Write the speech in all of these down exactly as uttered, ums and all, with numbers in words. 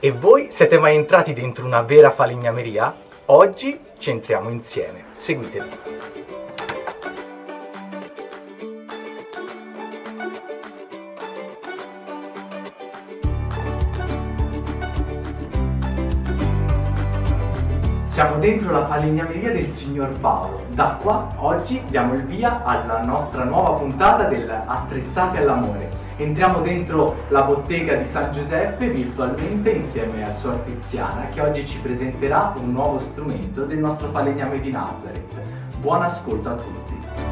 E voi siete mai entrati dentro una vera falegnameria? Oggi ci entriamo insieme. Seguitemi. Siamo dentro la falegnameria del signor Paolo. Da qua oggi diamo il via alla nostra nuova puntata del Attrezzati all'amore. Entriamo dentro la bottega di San Giuseppe virtualmente insieme a Suor Tiziana, che oggi ci presenterà un nuovo strumento del nostro falegname di Nazareth. Buon ascolto a tutti!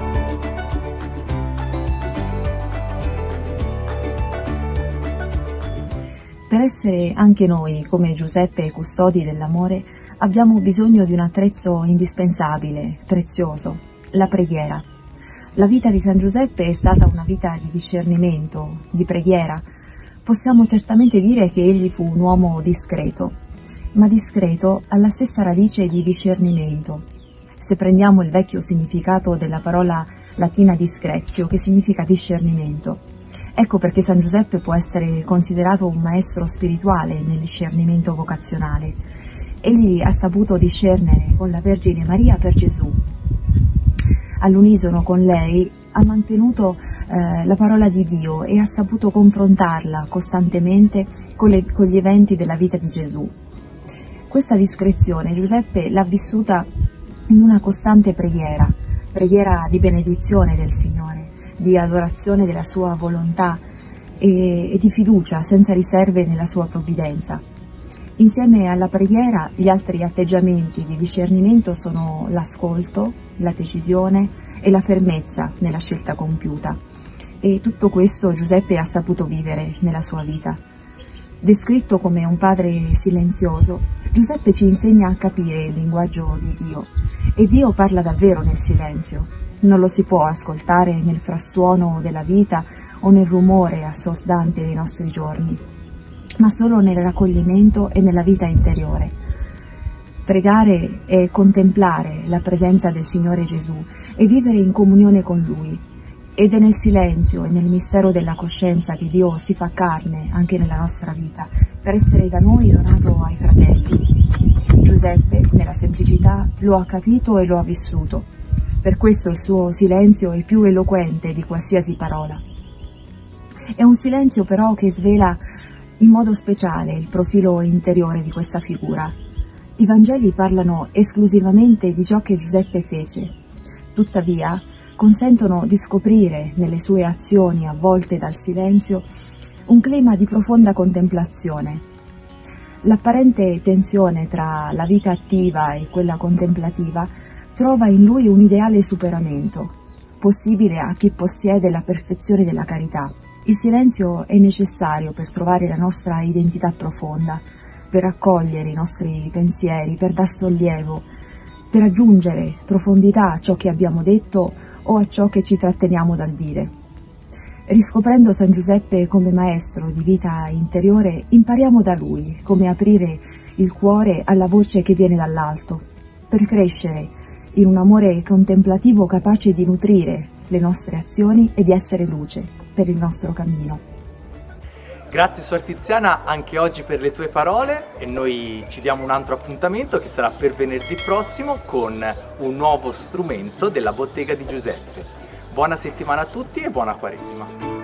Per essere anche noi, come Giuseppe, custodi dell'amore, abbiamo bisogno di un attrezzo indispensabile, prezioso, la preghiera. La vita di San Giuseppe è stata una vita di discernimento, di preghiera. Possiamo certamente dire che egli fu un uomo discreto, ma discreto ha la stessa radice di discernimento. Se prendiamo il vecchio significato della parola latina discretio, che significa discernimento, ecco perché San Giuseppe può essere considerato un maestro spirituale nel discernimento vocazionale. Egli ha saputo discernere con la Vergine Maria per Gesù. All'unisono con lei ha mantenuto eh, la parola di Dio e ha saputo confrontarla costantemente con, le, con gli eventi della vita di Gesù. Questa discrezione Giuseppe l'ha vissuta in una costante preghiera, preghiera di benedizione del Signore, di adorazione della sua volontà e, e di fiducia senza riserve nella sua provvidenza. Insieme alla preghiera, gli altri atteggiamenti di discernimento sono l'ascolto, la decisione e la fermezza nella scelta compiuta. E tutto questo Giuseppe ha saputo vivere nella sua vita. Descritto come un padre silenzioso, Giuseppe ci insegna a capire il linguaggio di Dio. E Dio parla davvero nel silenzio. Non lo si può ascoltare nel frastuono della vita o nel rumore assordante dei nostri giorni, ma solo nel raccoglimento e nella vita interiore. Pregare è contemplare la presenza del Signore Gesù e vivere in comunione con Lui. Ed è nel silenzio e nel mistero della coscienza che Dio si fa carne anche nella nostra vita, per essere da noi donato ai fratelli. Giuseppe, nella semplicità, lo ha capito e lo ha vissuto. Per questo il suo silenzio è più eloquente di qualsiasi parola. È un silenzio però che svela in modo speciale il profilo interiore di questa figura. I Vangeli parlano esclusivamente di ciò che Giuseppe fece, tuttavia consentono di scoprire nelle sue azioni avvolte dal silenzio un clima di profonda contemplazione. L'apparente tensione tra la vita attiva e quella contemplativa trova in lui un ideale superamento, possibile a chi possiede la perfezione della carità. Il silenzio è necessario per trovare la nostra identità profonda, per accogliere i nostri pensieri, per dar sollievo, per aggiungere profondità a ciò che abbiamo detto o a ciò che ci tratteniamo dal dire. Riscoprendo San Giuseppe come maestro di vita interiore, impariamo da lui come aprire il cuore alla voce che viene dall'alto, per crescere in un amore contemplativo capace di nutrire le nostre azioni e di essere luce per il nostro cammino. Grazie Suor Tiziana anche oggi per le tue parole e noi ci diamo un altro appuntamento che sarà per venerdì prossimo con un nuovo strumento della bottega di Giuseppe. Buona settimana a tutti e buona Quaresima!